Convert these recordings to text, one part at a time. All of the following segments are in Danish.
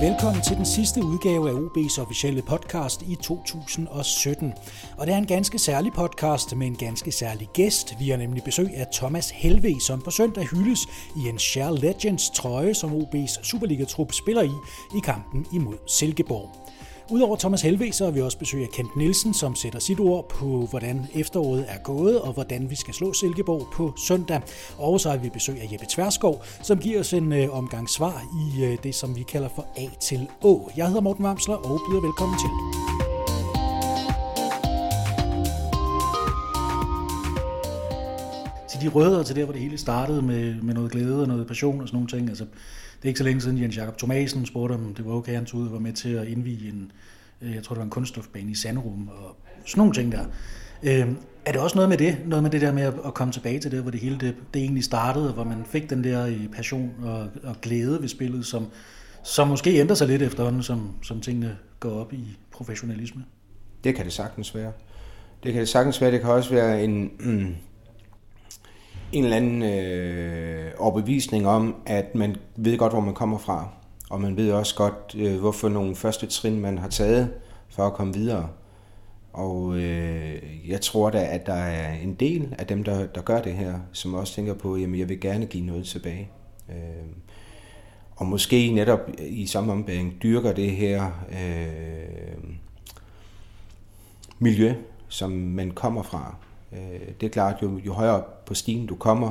Velkommen til den sidste udgave af OB's officielle podcast i 2017. Og det er en ganske særlig podcast med en ganske særlig gæst. Vi har nemlig besøg af Thomas Helveg, som på søndag hyldes i en Share Legends trøje, som OB's Superliga-trup spiller i kampen imod Silkeborg. Udover Thomas Helveg, så har vi også besøg af Kent Nielsen, som sætter sit ord på, hvordan efteråret er gået, og hvordan vi skal slå Silkeborg på søndag. Og så har vi besøg af Jeppe Tverskov, som giver os en omgang svar i det, som vi kalder for A til Å. Jeg hedder Morten Vamsler og byder velkommen til. Til de rødder, til der, hvor det hele startede med noget glæde og noget passion og sådan nogle ting. Altså, det er ikke så længe siden, Jens Jakob Thomasen spurgte, om det var okay, han tog ud og var med til at indvige jeg tror, det var en kunststofbane i Sanderum og sådan nogle ting der. Er det også noget med det der med at komme tilbage til det, hvor det hele det egentlig startede, hvor man fik den der passion og glæde ved spillet, som måske ændrer sig lidt efterhånden, som tingene går op i professionalisme? Det kan det sagtens være. Det kan også være en eller anden overbevisning om, at man ved godt, hvor man kommer fra. Og man ved også godt, hvorfor nogle første trin, man har taget for at komme videre. Og jeg tror da, at der er en del af dem, der gør det her, som også tænker på, jamen jeg vil gerne give noget tilbage. Og måske netop i samme ombæring dyrker det her miljø, som man kommer fra. Det er klart, jo højere på stigen du kommer,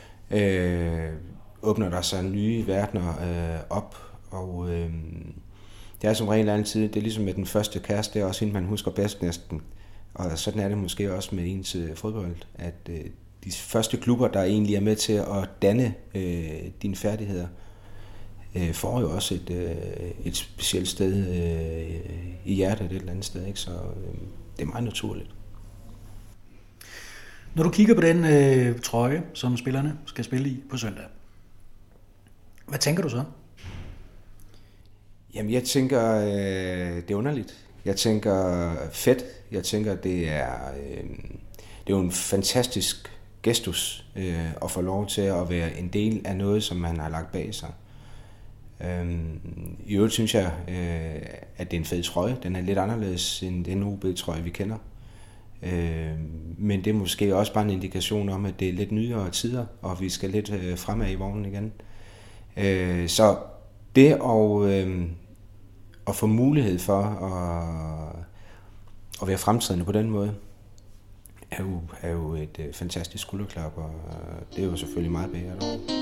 åbner der sig nye verdener op, og det er som regel altid, det er ligesom med den første kæreste, det er også hende, man husker bedst næsten, og sådan er det måske også med ens fodbold, at de første klubber, der egentlig er med til at danne dine færdigheder, får jo også et specielt sted i hjertet et eller andet sted, ikke? Så det er meget naturligt. Når du kigger på den trøje, som spillerne skal spille i på søndag, hvad tænker du så? Jamen, jeg tænker, det er underligt. Jeg tænker fedt. Jeg tænker, det er jo en fantastisk gestus at få lov til at være en del af noget, som man har lagt bag sig. I øvrigt synes jeg, at det er en fed trøje. Den er lidt anderledes end den OB-trøje, vi kender. Men det er måske også bare en indikation om, at det er lidt nyere tider, og vi skal lidt fremad i vognen igen. Så det at få mulighed for at være fremtrædende på den måde, er jo et fantastisk skulderklap, og det er jo selvfølgelig meget bedre.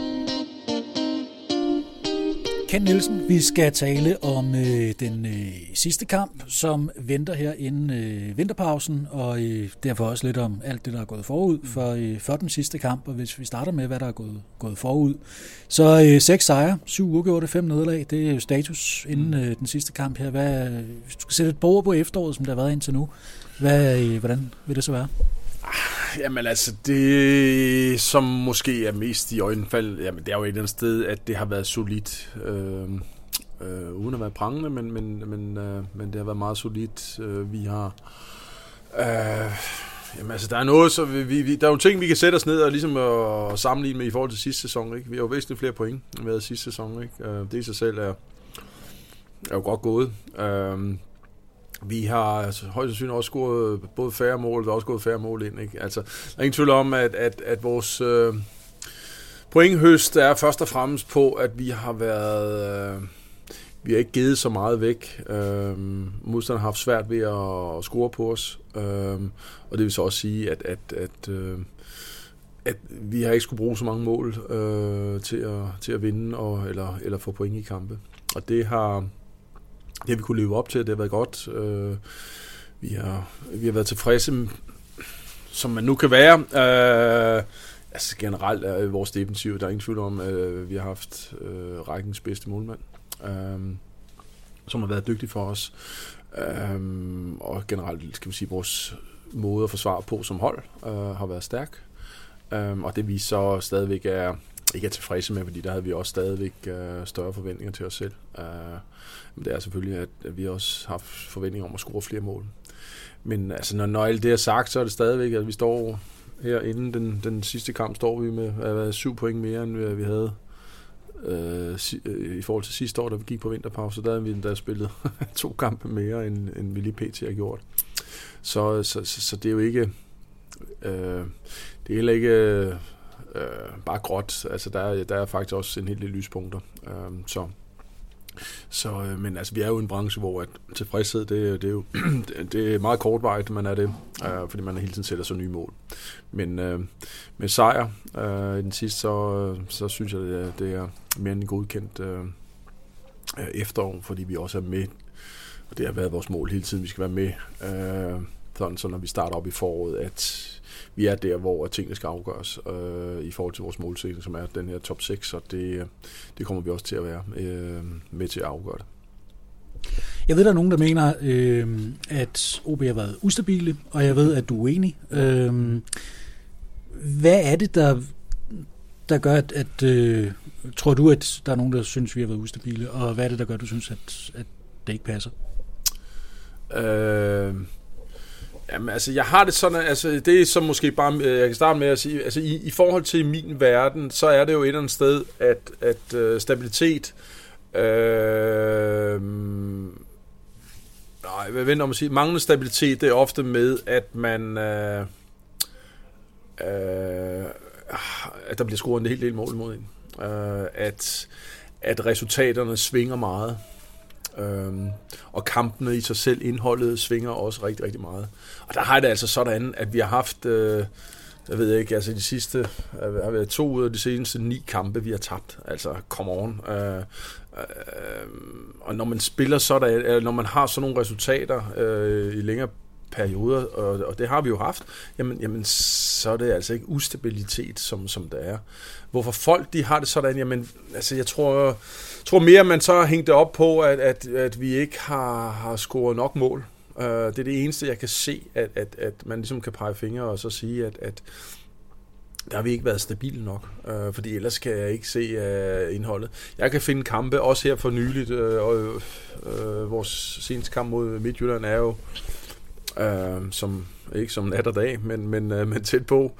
Kent Nielsen, vi skal tale om den sidste kamp, som venter her inden vinterpausen, og derfor også lidt om alt det, der er gået forud for den sidste kamp. Og hvis vi starter med, hvad der er gået forud, så 6 sejre, 7 uafgjorte, 5 nederlag, det er jo status inden den sidste kamp her. Hvis du skal sætte et par ord på efteråret, som der har været indtil nu, hvordan vil det så være? Jamen altså, det som måske er mest i øjenfald, jamen det er jo et eller andet sted, at det har været solidt, uden at være prangende, men det har været meget solidt. Vi har, jamen altså der er noget, så der er jo ting, vi kan sætte os ned og ligesom at sammenligne med i forhold til sidste sæson, ikke? Vi har jo væsentligt flere point, end vi havde sidste sæson, ikke? Det i sig selv er jo godt gået. Vi har altså, højst sandsynligt også scoret både færre mål, vi har også gået færre mål ind. Ikke? Altså, der er ingen tvivl om, at vores pointhøst er først og fremmest på, at vi har været... vi har ikke givet så meget væk. Modstanderne har haft svært ved at score på os. Og det vil så også sige, at vi har ikke skulle bruge så mange mål til at vinde eller få point i kampe. Og det har vi kunne leve op til, det har været godt. Vi har været tilfredse, som man nu kan være. Altså generelt er vores defensiv, der er ingen tvivl om, at vi har haft rækkens bedste målmand, som har været dygtig for os. Og generelt, skal vi sige, vores måde at forsvare på som hold har været stærk. Og det vi så stadigvæk ikke er tilfredse med, fordi der havde vi også stadigvæk større forventninger til os selv. Men det er selvfølgelig, at vi også har haft forventninger om at score flere mål. Men altså, når alt det er sagt, så er det stadigvæk, at vi står her inden den sidste kamp, står vi med 7 point mere, end vi havde i forhold til sidste år, da vi gik på vinterpause, der havde vi endda spillet 2 kampe mere, end vi lige pt. Har gjort. Så det er jo ikke... det er heller ikke bare gråt. Altså, der er faktisk også en hel del lyspunkter. Men altså, vi er jo en branche, hvor at tilfredshed, det er jo det er meget kortvarigt, man er det, fordi man hele tiden sætter sig nye mål. Men med sejr i den sidste, så synes jeg, det er mere end godkendt efterår, fordi vi også er med, og det har været vores mål hele tiden, vi skal være med, så når vi starter op i foråret, at vi er der, hvor tingene skal afgøres i forhold til vores målsætning, som er den her top 6, og det kommer vi også til at være med til at afgøre det. Jeg ved, der er nogen, der mener, at OB har været ustabile, og jeg ved, at du er uenig. Hvad er det, der gør, at tror du, at der er nogen, der synes, vi har været ustabile, og hvad er det, der gør, at du synes, at det ikke passer? Jamen, altså, jeg har det sådan, altså, det er så måske bare, jeg kan starte med at sige, altså, i forhold til min verden, så er det jo et eller andet sted, at stabilitet, jeg venter om at sige, manglende stabilitet, det er ofte med, at man, at der bliver scoret en hel del mål mod en, at resultaterne svinger meget. Og kampene i sig selv, indholdet svinger også rigtig, rigtig meget. Og der har det altså sådan, at vi har haft, jeg ved ikke, altså de sidste, har været 2 ud af de seneste 9 kampe, vi har tabt. Altså, come on. Og når man spiller sådan, når man har sådan nogle resultater i længere perioder, og det har vi jo haft, jamen så er det altså ikke ustabilitet, som det er. Hvorfor folk, de har det sådan, jamen, altså jeg tror mere, at man så har hængt det op på, at vi ikke har scoret nok mål. Det er det eneste, jeg kan se, at man ligesom kan pege fingre og så sige, at der har vi ikke været stabile nok, fordi ellers kan jeg ikke se indholdet. Jeg kan finde kampe, også her for nyligt, vores seneste kamp mod Midtjylland er jo, som ikke som nat og dag, men tæt på.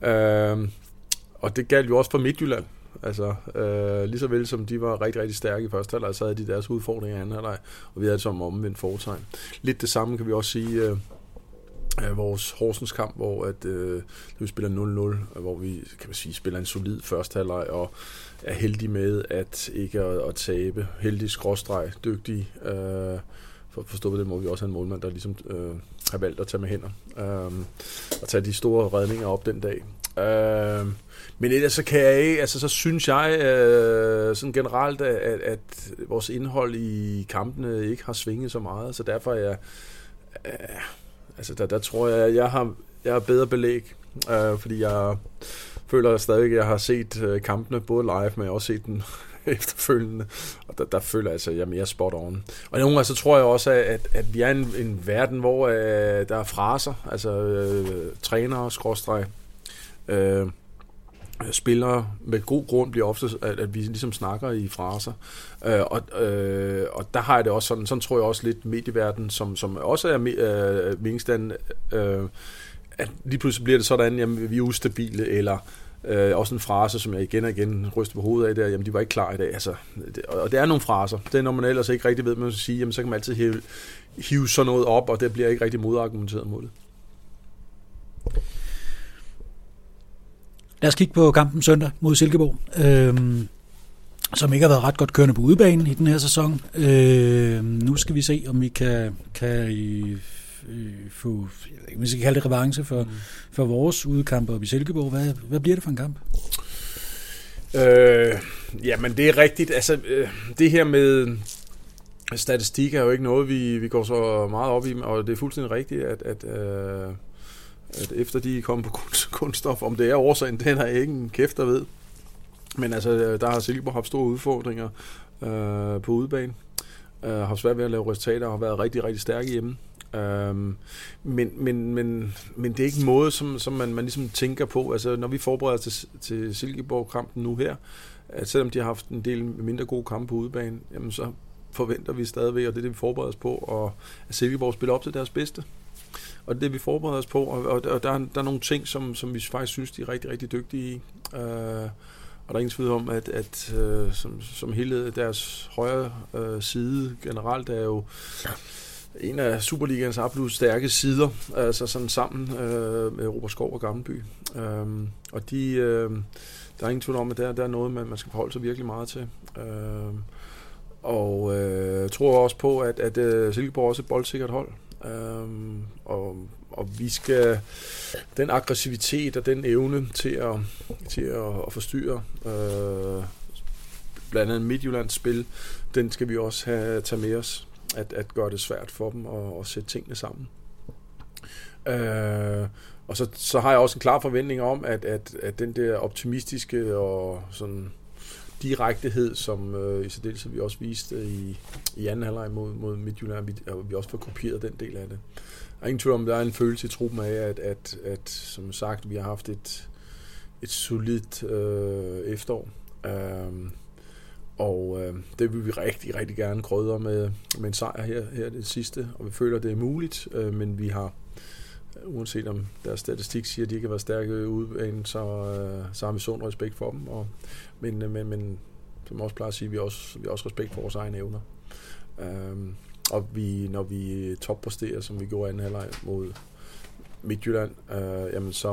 Og det galt jo også for Midtjylland. Altså, lige så vel som de var rigtig, rigtig stærke i første halvleg, så havde de deres udfordringer i anden halvleg, og vi havde det som omvendt foretegn. Lidt det samme kan vi også sige vores Horsens kamp, hvor vi spiller 0-0, hvor vi, kan man sige, spiller en solid første halvleg, og er heldige med at ikke at tabe. Heldig skråstreg, dygtig, forstået på den måde, vi også har en målmand, der ligesom har valgt at tage med hænder og tage de store redninger op den dag. Men ellers så kan jeg ikke, altså så synes jeg sådan generelt, at vores indhold i kampene ikke har svinget så meget, så derfor er jeg, altså der tror jeg, jeg har bedre belæg, fordi jeg føler stadig, at jeg har set kampene både live, men jeg har også set den efterfølgende, og der føler jeg altså, at jeg er mere spot on. Og nogle gange så tror jeg også, at vi er en verden, hvor der er fraser, altså trænere, skråstreg, spillere med god grund bliver ofte, at vi ligesom snakker i fraser. Og der har jeg det også sådan tror jeg også lidt medieverden, som også er meningsstanden, at lige pludselig bliver det sådan, jamen vi er ustabile, eller også en frase, som jeg igen og igen ryster på hovedet af der, jamen de var ikke klar i dag. Altså, og det er nogle fraser. Det er, når man ellers ikke rigtig ved, hvad man skal sige, jamen så kan man altid hive sådan noget op, og det bliver ikke rigtig modargumenteret mod det. Lad os kigge på kampen søndag mod Silkeborg, som ikke har været ret godt kørende på udebanen i den her sæson. Nu skal vi se, om vi kan få, jeg ved ikke, vi skal kalde det revanche for vores udekampe op i Silkeborg. Hvad bliver det for en kamp? Jamen det er rigtigt. Altså det her med statistik er jo ikke noget, vi går så meget op i, og det er fuldstændig rigtigt, at efter de er kommet på kunststof, om det er årsagen, den har jeg ikke en kæft, der ved. Men altså, der har Silkeborg haft store udfordringer på udebane. Har svært ved at lave resultater, og har været rigtig, rigtig stærke hjemme. Men det er ikke en måde, som man ligesom tænker på. Altså, når vi forbereder til Silkeborg-kampen nu her, at selvom de har haft en del mindre gode kampe på udebane, jamen så forventer vi stadigvæk, og det er det, vi forbereder os på, og at Silkeborg spiller op til deres bedste. Og det er det, vi forbereder os på, og der er nogle ting, som vi faktisk synes, de er rigtig, rigtig dygtige i. Og der er ingen tvivl om, at som hele deres højre side generelt er jo en af Superligaens absolut stærke sider, altså sådan sammen med Robert Skov og Gammelby. Og der er ingen tvivl om, at der er noget, man skal forholde sig virkelig meget til. Og jeg tror også på, at Silkeborg også er et boldsikkert hold. Og vi skal den aggressivitet og den evne til at forstyrre blandt andet Midtjyllands spil, den skal vi også tage med os, at gøre det svært for dem at sætte tingene sammen. Og så har jeg også en klar forventning om, at den der optimistiske og sådan direktehed, som i særdeleshed vi også viste i anden halvleg mod Midtjylland, vi også får kopieret den del af det. Der er ingen tvivl om, der er en følelse i truppen af, at som sagt, vi har haft et solidt efterår. Og det vil vi rigtig, rigtig gerne krydre med en sejr her det sidste, og vi føler, det er muligt, men vi har, uanset om deres statistik siger, at de ikke har været stærke ude, så har vi sund respekt for dem, men som også plejer at sige, vi har også respekt for vores egne evner. Og når vi toppresterer, som vi gjorde anden halvleg mod Midtjylland, jamen så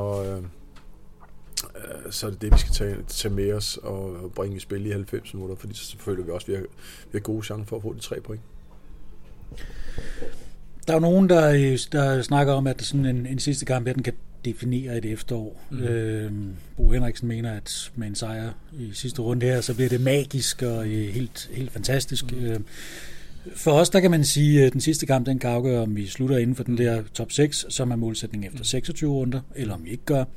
er det vi skal tage med os og bringe i spil i 90 minutter, fordi så føler vi også, at vi har gode chancer for at få de 3 point. Der er jo nogen, der snakker om, at sådan en sidste kamp, den kan definere et efterår. Bo Henriksen mener, at med en sejr i sidste runde her, så bliver det magisk og helt fantastisk. For os, der kan man sige, at den sidste kamp, den kan afgøre, om vi slutter inden for den der top 6, som er målsætningen efter 26 runder, eller om vi ikke gør.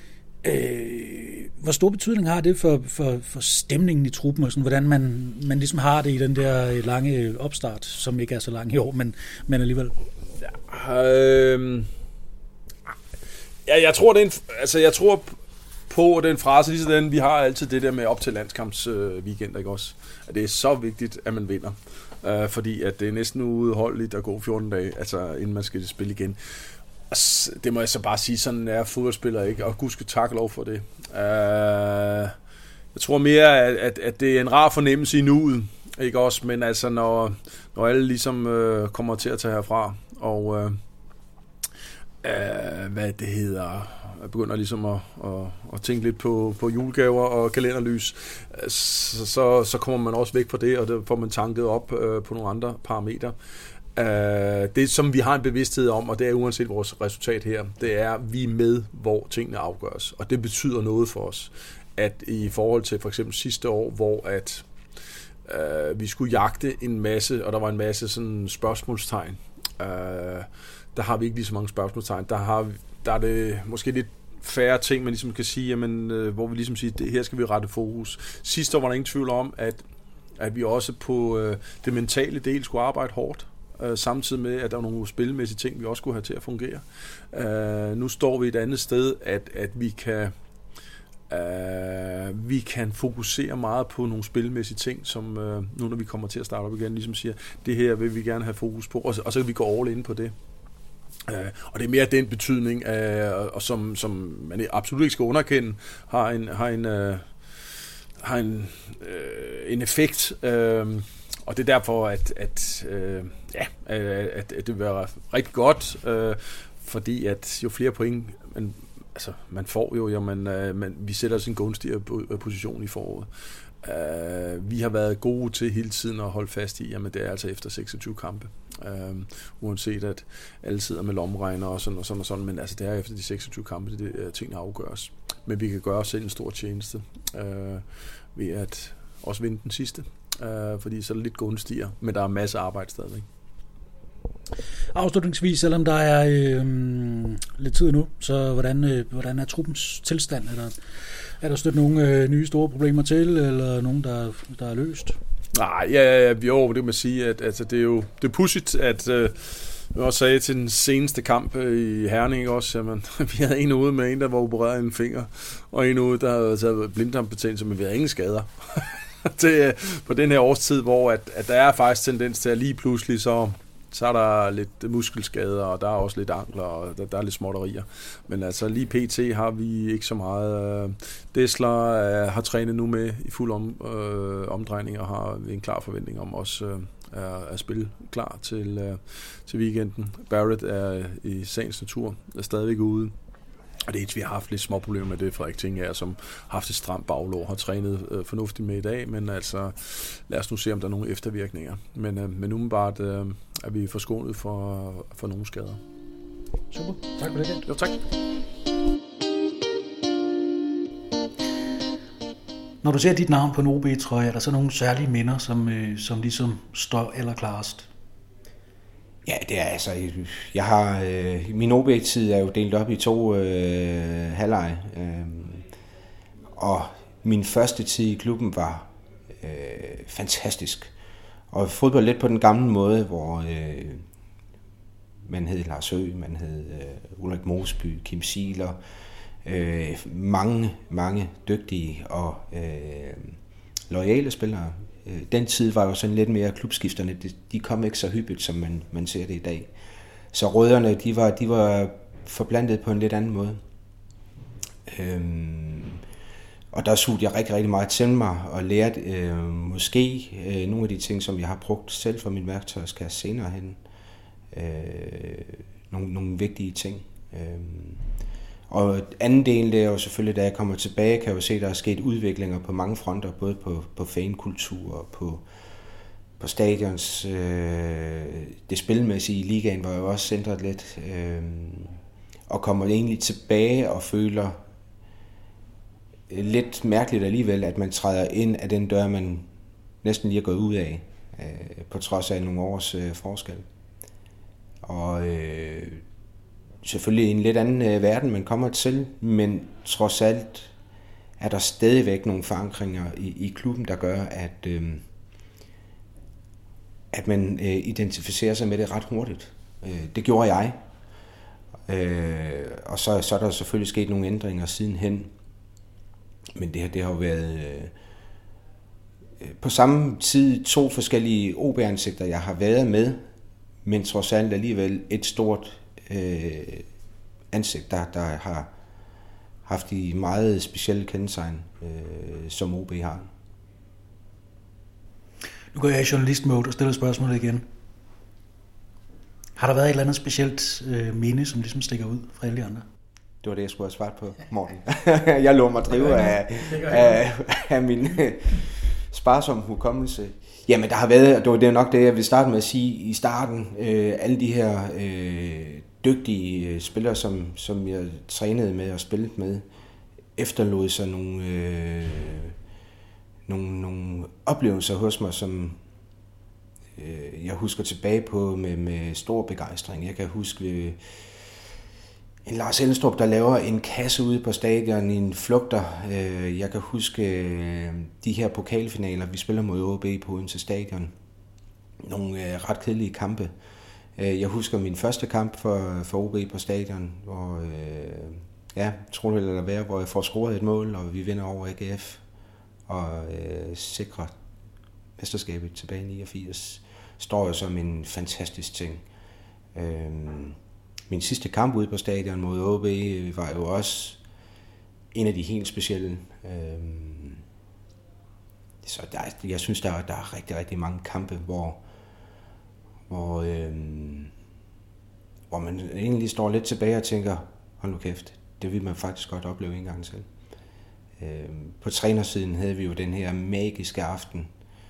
Hvor stor betydning har det for stemningen i truppen, og sådan, hvordan man ligesom har det i den der lange opstart, som ikke er så lang i år, men alligevel? Jeg tror, jeg tror på den frase, ligesom den, vi har altid det der med op til landskampsweekend, ikke også? At det er så vigtigt, at man vinder. Fordi at det er næsten uudholdeligt at gå 14 dage, altså inden man skal spille igen. Det må jeg så bare sige, sådan er fodboldspiller ikke, og Gud skal takke lov for det. Jeg tror mere, at det er en rar fornemmelse i nuet, ikke også, men altså når alle ligesom kommer til at tage herfra, og hvad det hedder, jeg begynder ligesom at tænke lidt på julegaver og kalenderlys, så kommer man også væk fra det, og det får man tanket op på nogle andre parametre. Det som vi har en bevidsthed om, og det er uanset vores resultat her, det er, at vi er med, hvor tingene afgøres, og det betyder noget for os, at i forhold til for eksempel sidste år, hvor at vi skulle jagte en masse, og der var en masse sådan spørgsmålstegn, der har vi ikke lige så mange spørgsmålstegn, der er det måske lidt færre ting, man ligesom kan sige, jamen, hvor vi ligesom siger, det her skal vi rette fokus. Sidste år var der ingen tvivl om, at vi også på det mentale del skulle arbejde hårdt, samtidig med, at der var nogle spilmæssige ting, vi også skulle have til at fungere. Nu står vi et andet sted, at vi kan fokusere meget på nogle spilmæssige ting, som nu når vi kommer til at starte op igen, ligesom siger, det her vil vi gerne have fokus på, og så kan vi gå all in på det. Og det er mere den betydning, og som man absolut ikke skal underkende, har en effekt. Og det er derfor, at det vil være rigtig godt, fordi at jo flere point man får vi sætter os en gunstigere position i foråret. Vi har været gode til hele tiden at holde fast i, jamen det er altså efter 26 kampe. Uanset at alle sidder med lommeregner og sådan, men altså det er efter de 26 kampe, det tingene afgøres. Men vi kan gøre os selv en stor tjeneste ved at også vinde den sidste, fordi så er det lidt gunstigere, men der er masser af arbejde stadigvæk. Afslutningsvis, selvom der er lidt tid nu, så hvordan er truppens tilstand? Er der stødt nogle nye store problemer til, eller nogen, der er løst? Nej, det kan man sige, at altså, det er pudsigt, at jeg også sagde til den seneste kamp i Herning også, jamen, vi havde en ude med en, der var opereret en finger, og en ude, der havde taget blindtarmbetændelse, men vi havde ingen skader. På den her årstid, hvor at der er faktisk tendens til, at lige pludselig så Så er der lidt muskelskader, og der er også lidt ankler, og der er lidt småtterier. Men altså lige pt. Har vi ikke så meget. Dessler har trænet nu med i fuld omdrejning, og har en klar forventning om også at spille klar til weekenden. Barrett er i sagens natur stadigvæk ude. Og det er vi har haft lidt små problemer med det, Frederik Tingager, som har haft et stramt baglår, har trænet fornuftigt med i dag, men altså lad os nu se, om der er nogle eftervirkninger. Men umiddelbart er vi forskånet for nogle skader. Super, tak for det. Jo, tak. Når du ser dit navn på en OB-trøje, er der så nogle særlige minder, som ligesom står allerklarest? Ja, det er altså, jeg har, min OB-tid er jo delt op i 2 halvleje, og min første tid i klubben var fantastisk. Og fodbold lidt på den gamle måde, hvor man hed Lars Ø, man hed Ulrik Mosby, Kim Sieler, mange dygtige og loyale spillere. Den tid var jo sådan lidt mere klubskifterne. De kom ikke så hyppigt, som man ser det i dag. Så rødderne, de var forblandet på en lidt anden måde. Og der sugede jeg rigtig meget til mig og lærte måske nogle af de ting, som jeg har brugt selv for min værktøjskasse senere hen. Nogle vigtige ting. Og anden del, det er jo selvfølgelig, da jeg kommer tilbage, kan jeg jo se, at der er sket udviklinger på mange fronter, både på fankultur og på stadions. Det spilmæssige i ligaen var jo også ændret lidt. Og kommer egentlig tilbage og føler lidt mærkeligt alligevel, at man træder ind af den dør, man næsten lige er gået ud af, på trods af nogle års forskel. Og selvfølgelig en lidt anden verden, man kommer til, men trods alt er der stadigvæk nogle forankringer i klubben, der gør, at man identificerer sig med det ret hurtigt. Det gjorde jeg. Og så er der selvfølgelig sket nogle ændringer sidenhen. Men det har jo været på samme tid 2 forskellige OB-ansigter, jeg har været med, men trods alt alligevel et stort ansigt, der har haft de meget specielle kendetegn, som OB har. Nu går jeg i journalistmode og stiller spørgsmålet igen. Har der været et eller andet specielt minde, som ligesom stikker ud fra alle de andre? Det var det, jeg skulle have svaret på, Morten. Jeg lå mig drive af min sparsomme hukommelse. Jamen, der har været, det er nok det, jeg vil starte med at sige i starten, alle de her dygtige spillere, som jeg trænede med og spillede med, efterlod sig nogle oplevelser hos mig, som jeg husker tilbage på med stor begejstring. Jeg kan huske en Lars Elstrup, der laver en kasse ude på stadion i en flugter. Jeg kan huske de her pokalfinaler, vi spiller mod OB på Odense Stadion. Nogle ret kedelige kampe. Jeg husker min første kamp for OB på stadion, hvor tror det eller være, hvor jeg får scoret et mål, og vi vinder over AGF og sikrer mesterskabet tilbage i 89. Står jo som en fantastisk ting. Min sidste kamp ude på stadion mod OB var jo også en af de helt specielle. Så jeg synes, der er rigtig, rigtig mange kampe, hvor man egentlig står lidt tilbage og tænker, hold nu kæft, det vil man faktisk godt opleve en gang til. På trænersiden havde vi jo den her magiske aften,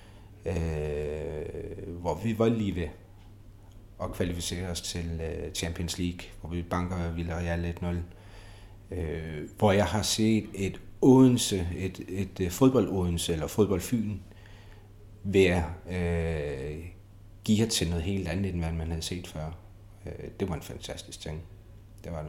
hvor vi var lige ved at kvalificere os til Champions League, hvor vi banker Villarreal 1-0. Hvor jeg har set et Odense, et fodbold-Odense eller fodbold-Fyn være gearet til noget helt andet, end hvad man havde set før. Det var en fantastisk ting. Det var det.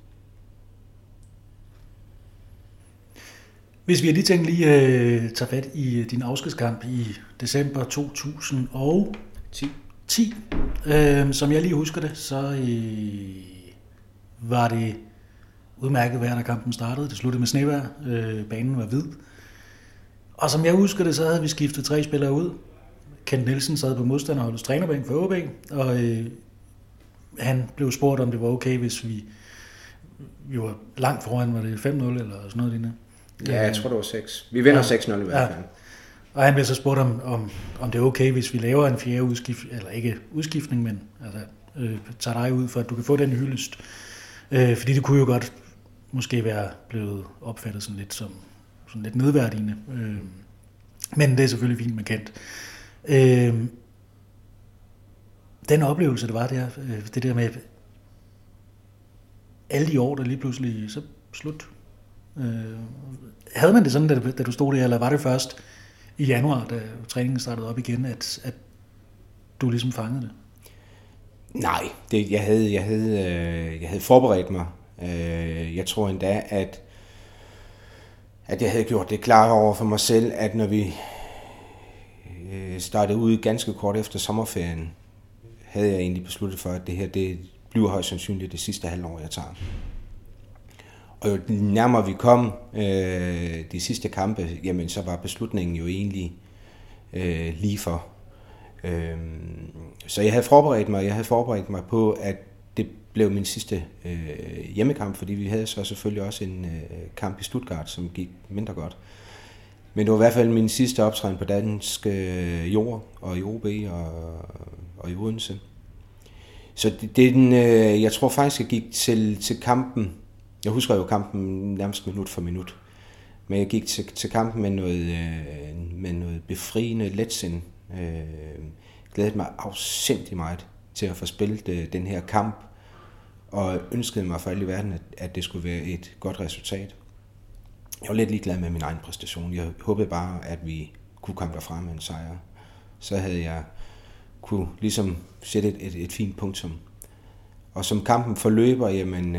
Hvis vi lige tænkt lige tage fat i din afskedskamp i december 2010, som jeg lige husker det, så var det udmærket vejr, da kampen startede. Det sluttede med snevejr. Banen var hvid. Og som jeg husker det, så havde vi skiftet 3 spillere ud. Kent Nielsen sad på modstanderholdets trænerbænk for AaB, og han blev spurgt, om det var okay, hvis vi var langt foran, var det 5-0 eller sådan noget lignende. Ja, jeg tror det var 6. Vi vinder 6-0 i hvert fald. Og han blev så spurgt, om det er okay, hvis vi laver en fjerde udskiftning, eller ikke udskiftning, men altså, tager dig ud for, at du kan få den hyldest. Fordi det kunne jo godt måske være blevet opfattet sådan lidt som sådan lidt nedværdigende. Men det er selvfølgelig fint med Kent. Den oplevelse, det var der, det der med alle de år, der lige pludselig så slut. Havde man det sådan, da du stod der, eller var det først i januar, da træningen startede op igen, at du ligesom fangede det? Nej, jeg havde forberedt mig. Jeg tror endda, at jeg havde gjort det klart over for mig selv, at når vi startede ud ganske kort efter sommerferien, havde jeg egentlig besluttet for, at det her, det bliver højst sandsynligt det sidste halvår, jeg tager. Og jo nærmere vi kom de sidste kampe, jamen så var beslutningen jo egentlig lige for. Så jeg havde forberedt mig på, at det blev min sidste hjemmekamp, fordi vi havde så selvfølgelig også en kamp i Stuttgart, som gik mindre godt. Men det var i hvert fald min sidste optræden på dansk jord, og i OB og i Odense. Så jeg tror faktisk, jeg gik til kampen. Jeg husker jo kampen nærmest minut for minut. Men jeg gik til kampen med noget befriende letsind. Glædede mig afsindig meget til at få spillet den her kamp. Og ønskede mig for alle i verden, at det skulle være et godt resultat. Jeg var lidt ligeglad med min egen præstation. Jeg håbede bare, at vi kunne komme derfra med en sejr. Så havde jeg kunne ligesom sætte et fint punktum. Og som kampen forløber, jamen,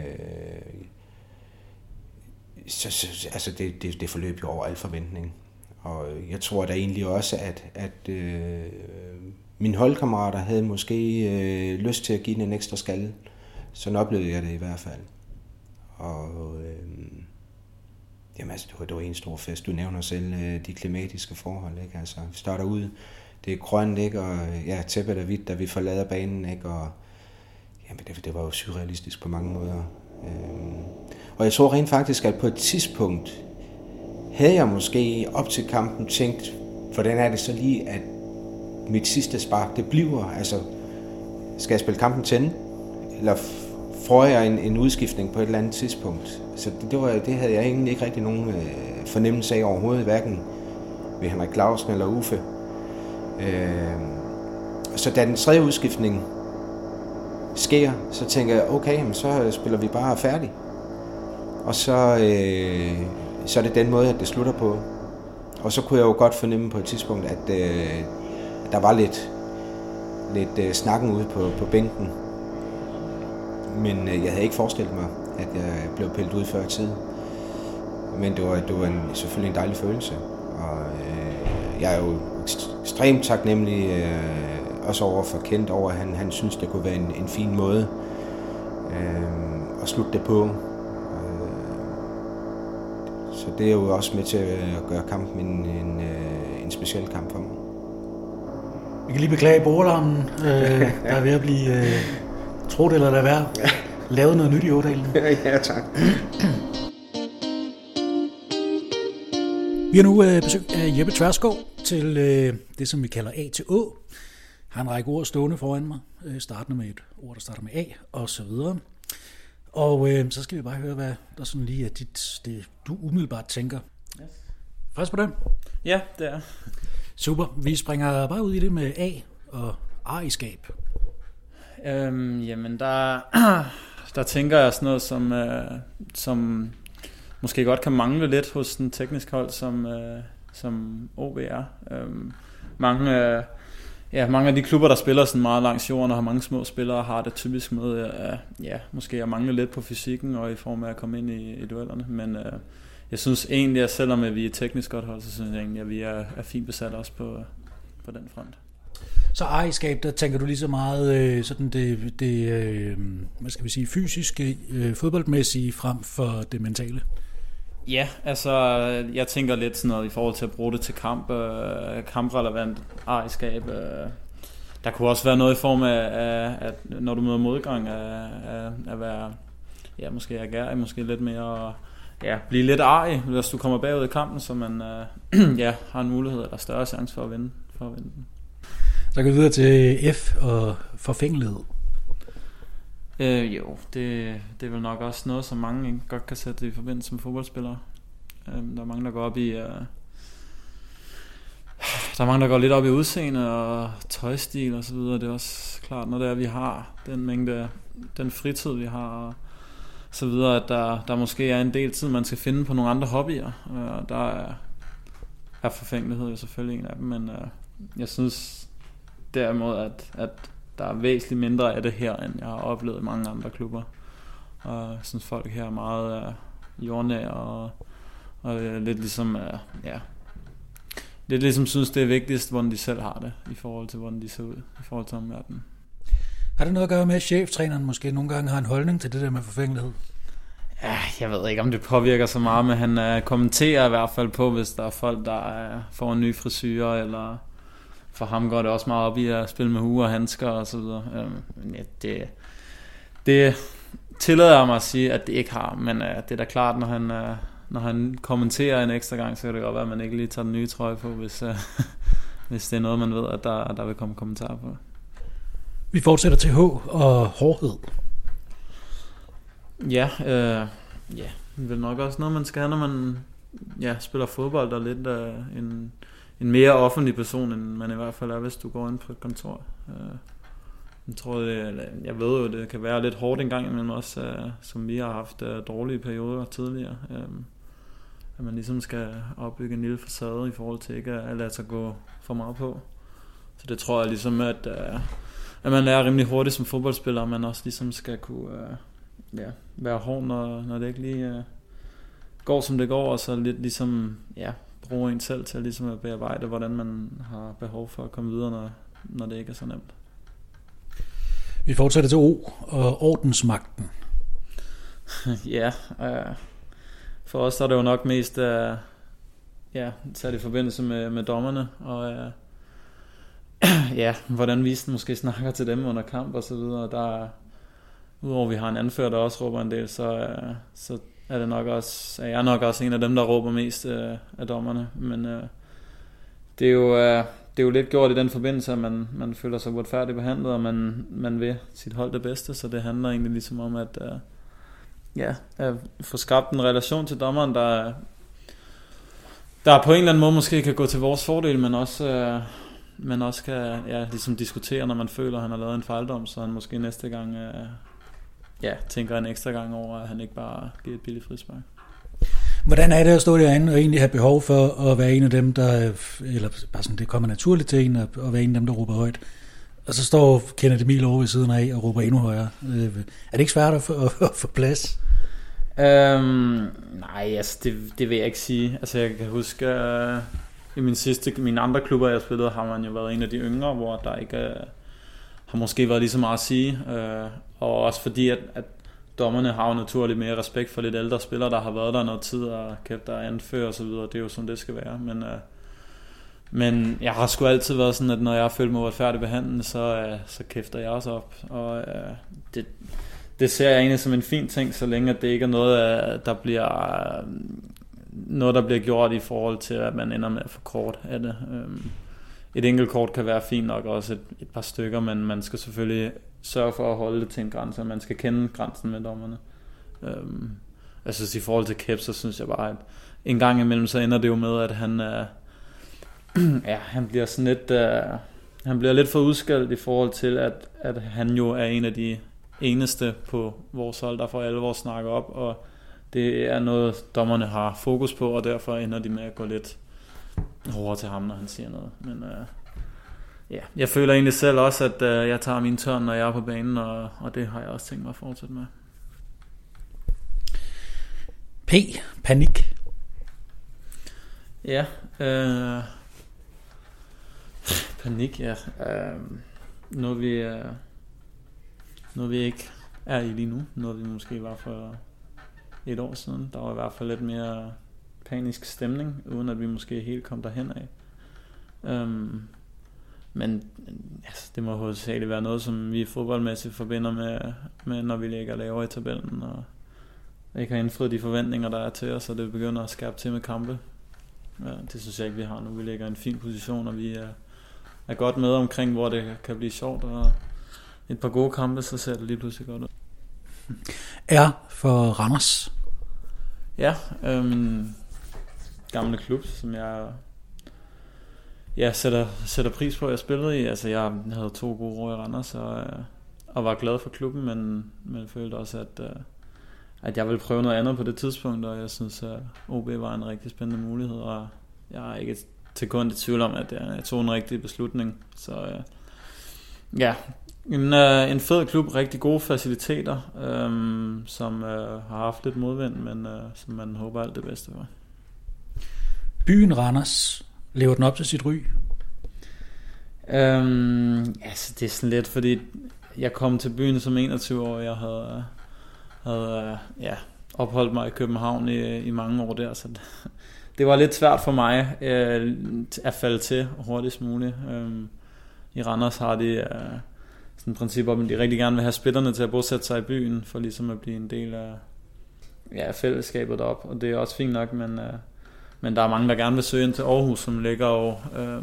altså det forløb jo over al forventning. Og jeg tror da egentlig også, at mine holdkammerater havde måske lyst til at give den en ekstra skalle. Sådan oplevede jeg det i hvert fald. Og jamen, altså, det var en stor fest. Du nævner selv de klimatiske forhold, ikke? Altså, vi starter ud, det er grønt, ikke? Og ja, tæppet er hvidt, da vi forlader banen, ikke? Og jamen, det var jo surrealistisk på mange måder. Og jeg tror rent faktisk, at på et tidspunkt havde jeg måske op til kampen tænkt, hvordan er det så lige, at mit sidste spark, det bliver, altså, skal jeg spille kampen til ende? Eller får jeg en udskiftning på et eller andet tidspunkt? Så det havde jeg egentlig ikke rigtig nogen fornemmelse af overhovedet, hverken ved Henrik Clausen eller Uffe. Så da den tredje udskiftning sker, så tænker jeg, okay, så spiller vi bare færdig. Og så er det den måde, at det slutter på. Og så kunne jeg jo godt fornemme på et tidspunkt, at der var lidt snakken ude på bænken. Men jeg havde ikke forestillet mig, at jeg blev pillet ud før tid. Men det var selvfølgelig en dejlig følelse. Og jeg er jo ekstremt taknemmelig også over for Kent, over at han synes, det kunne være en fin måde at slutte det på. Så det er jo også med til at gøre kampen en speciel kamp for mig. Vi kan lige beklage bordlarmen, der er ved at blive trådt eller lade være. Lavet noget nyt i Ådalen. Ja, tak. Vi har nu besøg af Jeppe Tværsgaard til det, som vi kalder A til Å. Har en række ord stående foran mig, startende med et ord, der starter med A, og så videre. Og så skal vi bare høre, hvad der sådan lige er det du umiddelbart tænker. Yes. Frisk på den? Ja, det er. Super. Vi springer bare ud i det med A og ejerskab. Jamen, der tænker jeg sådan noget, som måske godt kan mangle lidt hos den tekniske hold, som OB er. Mange af de klubber, der spiller sådan meget langs jorden og har mange små spillere, har det typisk med måske at mangle lidt på fysikken og i form af at komme ind i duellerne. Men jeg synes egentlig, at selvom vi er teknisk godt hold, så synes jeg egentlig, at vi er fint besat også på den front. Så ejerskab, der tænker du lige så meget sådan det hvad skal vi sige, fysiske, fodboldmæssige frem for det mentale? Ja, altså jeg tænker lidt sådan noget i forhold til at bruge det til kamprelevant ejerskab. Der kunne også være noget i form af at når du møder modgang, at være måske agerig, måske lidt mere blive lidt arg, hvis du kommer bagud i kampen, så man har en mulighed eller større chance for at vinde den. Så går vi videre til F og forfængelighed. Jo, det er vel nok også noget, som mange godt kan sætte i forbindelse med fodboldspillere. Der er mange, der går op i... Der er mange, der går lidt op i udseende og tøjstil og så videre. Det er også klart, når det er, vi har den mængde, den fritid, vi har, og så videre, at der måske er en del tid, man skal finde på nogle andre hobbyer. Der er forfængelighed jo selvfølgelig en af dem, men jeg synes derimod, at der er væsentligt mindre af det her, end jeg har oplevet i mange andre klubber. Og jeg synes, folk her er meget jordnære og lidt ligesom, lidt ligesom synes, det er vigtigst, hvordan de selv har det, i forhold til, hvordan de ser ud, i forhold til omverdenen. Har det noget at gøre med, at cheftræneren måske nogle gange har en holdning til det der med forfængelighed? Ja, jeg ved ikke, om det påvirker så meget, men han kommenterer i hvert fald på, hvis der er folk, der får en ny frisyre, eller for ham går det også meget op i at spille med hue og handsker og så videre. Det tillader jeg mig at sige, at det ikke har, men det er da klart, når han kommenterer en ekstra gang, så kan det godt være, at man ikke lige tager den nye trøje på, hvis det er noget, man ved, at der vil komme kommentarer på. Vi fortsætter til H og hårdhed. Ja, det er vel nok også noget, man skal have, når man spiller fodbold, og lidt en mere offentlig person, end man i hvert fald er, hvis du går ind på et kontor. Jeg ved jo, det kan være lidt hårdt en gang imellem også, som vi har haft dårlige perioder tidligere. At man ligesom skal opbygge en lille facade i forhold til ikke at lade sig gå for meget på. Så det tror jeg ligesom, at man lærer rimelig hurtigt som fodboldspiller, og man også ligesom skal kunne være hård, når det ikke lige går som det går, og så lidt ligesom bruge en selv til ligesom at bearbejde, hvordan man har behov for at komme videre, når det ikke er så nemt. Vi fortsætter til O og ordensmagten. For os er det jo nok mest sat i forbindelse med dommerne, og hvordan vi måske snakker til dem under kamp og så videre. Der udover vi har en anfører, der også råber en del, så er jeg nok også en af dem, der råber mest af dommerne. Men det er jo lidt gjort i den forbindelse, at man føler sig uretfærdigt behandlet, og man vil sit hold det bedste, så det handler egentlig ligesom om at få skabt en relation til dommeren, der på en eller anden måde måske kan gå til vores fordel, men også kan ligesom diskutere, når man føler, at han har lavet en fejldom, så han måske næste gang tænker en ekstra gang over, at han ikke bare giver et billigt frispark. Hvordan er det at stå derinde og egentlig have behov for at være en af dem, der, eller bare sådan, det kommer naturligt til en, at være en af dem, der råber højt, og så står Kenneth Emil over ved siden af og råber endnu højere? Er det ikke svært at få plads? Nej, altså det vil jeg ikke sige. Altså jeg kan huske, i mine andre klubber, jeg spillede, har man jo været en af de yngre, hvor der ikke har måske været lige så meget at sige. Og også fordi, at dommerne har jo naturligt mere respekt for lidt ældre spillere, der har været der noget tid og kæft der anfører og så videre. Det er jo som det skal være. Men jeg har sgu altid været sådan, at når jeg har følt mig uretfærdigt behandlet, så kæfter jeg også op. Og det ser jeg egentlig som en fin ting, så længe at det ikke er noget, der bliver gjort i forhold til, at man ender med at få kort af det. Et enkelt kort kan være fint nok, også et par stykker, men man skal selvfølgelig sørge for at holde det til en grænse, og man skal kende grænsen med dommerne. Jeg synes, i forhold til Kep, så synes jeg bare, at en gang imellem, så ender det jo med, at han bliver sådan lidt, han bliver lidt for udskældt i forhold til, at han jo er en af de eneste på vores hold, der får alle vores snakker op, og det er noget, dommerne har fokus på, og derfor ender de med at gå lidt hårdere til ham, når han siger noget. Men jeg føler egentlig selv også, at jeg tager min tørn, når jeg er på banen, og det har jeg også tænkt mig at fortsætte med. P. Panik. Ja. Panik, ja. Noget vi ikke er i lige nu. Noget vi måske var for et år siden. Der var i hvert fald lidt mere panisk stemning, uden at vi måske helt kom derhen af. Men altså, det må hovedsageligt være noget, som vi fodboldmæssigt forbinder med når vi ligger lavere i tabellen, og ikke har indfriet de forventninger, der er til os, og det begynder at skærpe til med kampe. Ja, det synes jeg ikke, vi har nu. Vi ligger i en fin position, og vi er godt med omkring, hvor det kan blive sjovt, og et par gode kampe, så ser det lige pludselig godt ud. For Randers? Ja, min gamle klub, som jeg sætter pris på, at jeg spillede i. Altså, jeg havde 2 gode år i Randers, og var glad for klubben, men følte også, at jeg ville prøve noget andet på det tidspunkt, og jeg synes, at OB var en rigtig spændende mulighed, og jeg er ikke et sekund i tvivl om, at jeg tog en rigtig beslutning. Så ja, en fed klub, rigtig gode faciliteter, som har haft lidt modvind, men som man håber alt det bedste for. Byen Randers, lever den op til sit ry? Altså det er sådan lidt, fordi jeg kom til byen som 21 år, jeg havde opholdt mig i København i mange år der, så det var lidt svært for mig at falde til hurtigst muligt. I Randers har de sådan et princip om, at de rigtig gerne vil have spillerne til at bosætte sig i byen, for ligesom at blive en del af fællesskabet deroppe, og det er også fint nok, men der er mange, der gerne vil søge ind til Aarhus, som ligger jo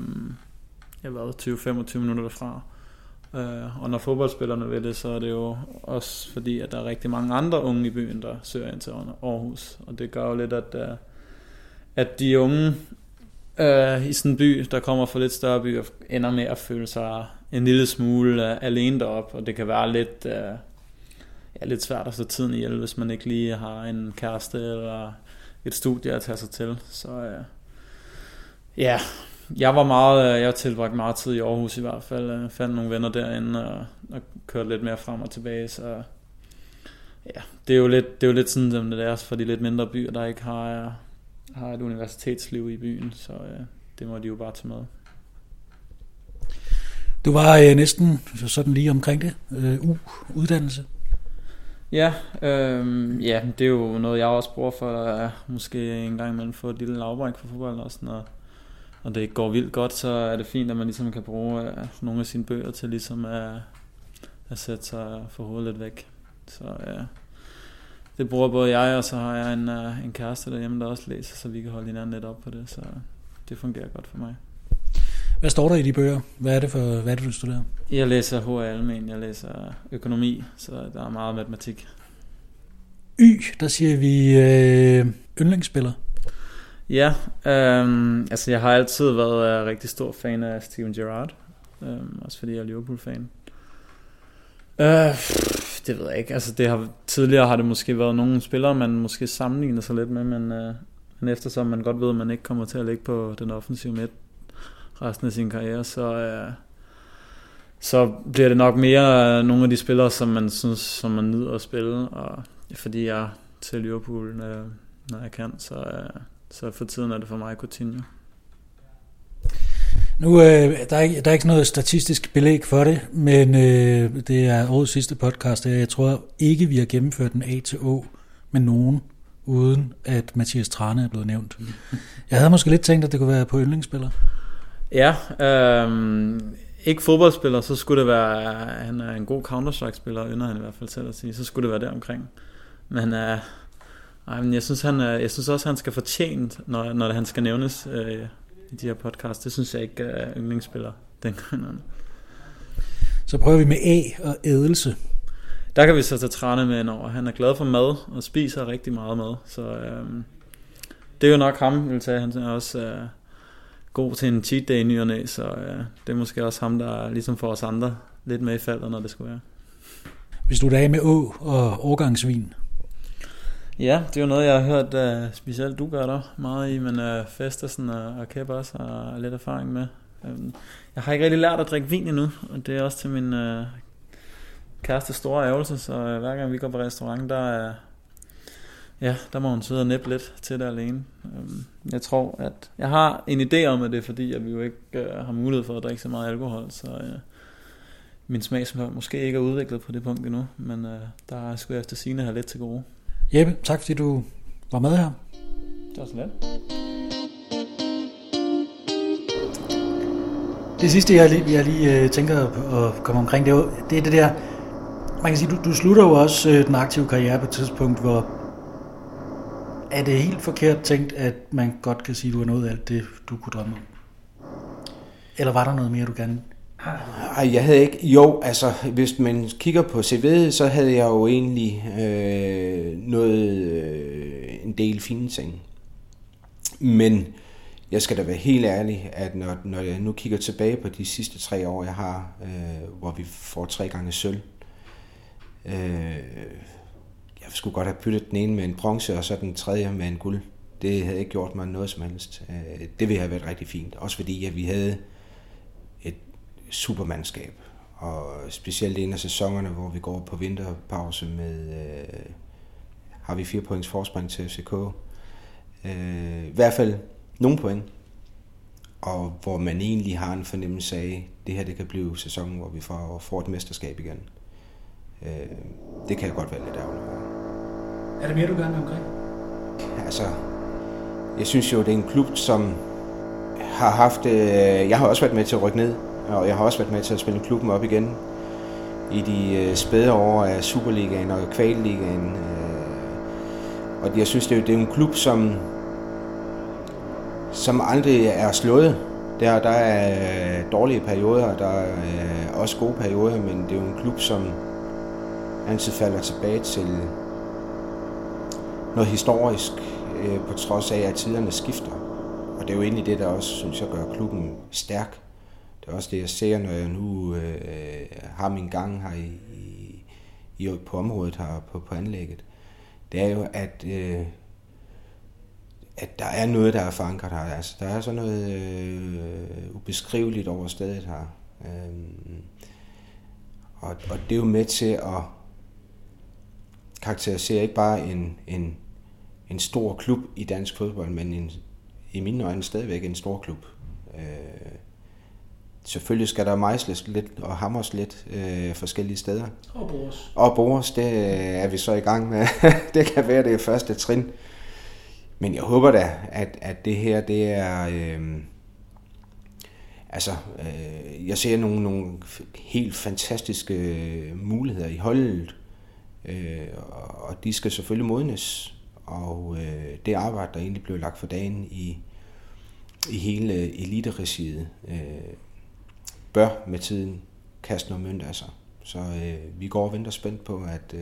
20-25 minutter derfra. Og når fodboldspillerne vil det, så er det jo også fordi, at der er rigtig mange andre unge i byen, der søger ind til Aarhus. Og det gør jo lidt, at de unge i sådan en by, der kommer fra lidt større byer, ender med at føle sig en lille smule alene deroppe. Og det kan være lidt svært at få tiden ihjel, hvis man ikke lige har en kæreste eller et studie at tage sig til. Så jeg tilbragte meget tid i Aarhus i hvert fald. Fandt nogle venner derinde og kørte lidt mere frem og tilbage. Så ja, det er jo lidt sådan, som det er for de lidt mindre byer, der ikke har et universitetsliv i byen. Så det må de jo bare tage med. Du var næsten sådan lige omkring det. Uddannelse. Ja, det er jo noget, jeg også bruger for at måske en gang imellem få et lille lavbræk for fodbold også, når det ikke går vildt godt, så er det fint, at man ligesom kan bruge nogle af sine bøger til ligesom at sætte sig for hovedet lidt væk. Så det bruger både jeg, og så har jeg en kæreste derhjemme, der også læser, så vi kan holde hinanden lidt op på det, så det fungerer godt for mig. Hvad står der i de bøger? Hvad er det, du studerer? Jeg læser HR Almen, jeg læser økonomi, så der er meget matematik. Der siger vi yndlingsspiller. Ja, altså jeg har altid været rigtig stor fan af Steven Gerrard, også fordi jeg er Liverpool-fan. Det ved jeg ikke, altså tidligere har det måske været nogle spillere, man måske sammenligner sig lidt med, men eftersom man godt ved, at man ikke kommer til at ligge på den offensive midt resten af sin karriere, så bliver det nok mere nogle af de spillere, som man synes, som man nyder at spille, og fordi jeg er til Liverpool, når jeg kan, så for tiden er det for mig Coutinho. Nu der er ikke noget statistisk belæg for det, men det er årets sidste podcast, og jeg tror ikke, vi har gennemført en A til Å med nogen, uden at Mathias Thrane er blevet nævnt. Jeg havde måske lidt tænkt, at det kunne være på yndlingsspiller. Ja, ikke fodboldspiller, så skulle det være, han er en god Counter-Strike-spiller, ynder han i hvert fald selv at sige, så skulle det være der omkring. Men jeg synes også, han skal fortjene, når han skal nævnes i de her podcast. Det synes jeg ikke er yndlingsspiller dengang. Så prøver vi med A og ædelse. Der kan vi så tage Thrane med ind over. Han er glad for mad og spiser rigtig meget mad, så det er jo nok ham, vil sige. Han er også god til en cheat day i ny og næ, så det er måske også ham, der ligesom får os andre lidt med i faldet, når det skulle være. Hvis du er af med Å og årgangsvin. Ja, det er jo noget, jeg har hørt, specielt du gør der meget i, men Festersen og Kæp også har lidt erfaring med. Jeg har ikke rigtig lært at drikke vin endnu, og det er også til min kæreste store ærgelse, så hver gang vi går på restaurant, der må hun sidde og næppe lidt til det alene. Jeg tror, at jeg har en idé om, at det er fordi, at vi jo ikke har mulighed for at drikke så meget alkohol, så min smagsmag måske ikke er udviklet på det punkt endnu, men der skulle jeg efter sigende have lidt til gode. Jeppe, tak fordi du var med her. Det var så let. Det sidste, jeg lige tænker at komme omkring, det er det der, man kan sige, du slutter jo også den aktive karriere på et tidspunkt, hvor er det helt forkert tænkt, at man godt kan sige, at du har nået alt det, du kunne drømme om? Eller var der noget mere, du gerne... Ej, jeg havde ikke... Jo, altså, hvis man kigger på CV'et, så havde jeg jo egentlig en del fine ting. Men jeg skal da være helt ærlig, at når jeg nu kigger tilbage på de sidste 3 år, jeg har, hvor vi får 3 gange sølv, jeg skulle godt have byttet den ene med en bronze, og så den tredje med en guld. Det havde ikke gjort mig noget som helst. Det ville have været rigtig fint. Også fordi, at vi havde et supermandskab. Og specielt en af sæsonerne, hvor vi går på vinterpause med... har vi 4 points forspring til FCK. I hvert fald nogle point. Og hvor man egentlig har en fornemmelse af, det her det kan blive sæsonen, hvor vi får et mesterskab igen. Det kan jeg godt være lidt ærgerlig over. Er det mere, du gerne vil omkring? Altså, jeg synes jo, det er en klub, som har haft... jeg har også været med til at rykke ned, og jeg har også været med til at spille klubben op igen i de spæde år af Superligaen og Kvalligaen. Og jeg synes, det er en klub, som aldrig er slået. Der er dårlige perioder, der er også gode perioder, men det er jo en klub, som altid falder tilbage til noget historisk, på trods af, at tiderne skifter. Og det er jo egentlig det, der også, synes jeg, gør klubben stærk. Det er også det, jeg ser, når jeg nu har min gang her på området her på anlægget. Det er jo, at der er noget, der er forankret her. Altså, der er sådan noget ubeskriveligt over stedet her. Og det er jo med til at karakterisere ikke bare en stor klub i dansk fodbold, men i mine øjne stadigvæk en stor klub. Selvfølgelig skal der mejsles lidt og hamres lidt forskellige steder. Og bores, det er vi så i gang med. Det kan være det første trin. Men jeg håber da, at det her, det er... jeg ser nogle helt fantastiske muligheder i holdet. Og de skal selvfølgelig modnes. Og det arbejde, der egentlig blev lagt for dagen i hele eliteregiet, bør med tiden kaste noget mønt af sig. Så vi går og venter spændt på,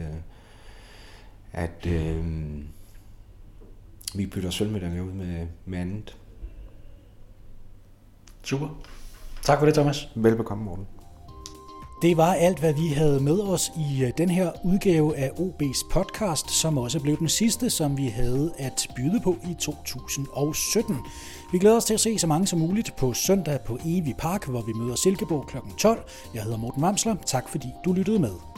at vi bytter sølvmedaljer ud med andet. Super. Tak for det, Thomas. Velbekomme, Morten. Det var alt, hvad vi havde med os i den her udgave af OB's podcast, som også blev den sidste, som vi havde at byde på i 2017. Vi glæder os til at se så mange som muligt på søndag på Evi Park, hvor vi møder Silkeborg kl. 12. Jeg hedder Morten Vamsler. Tak fordi du lyttede med.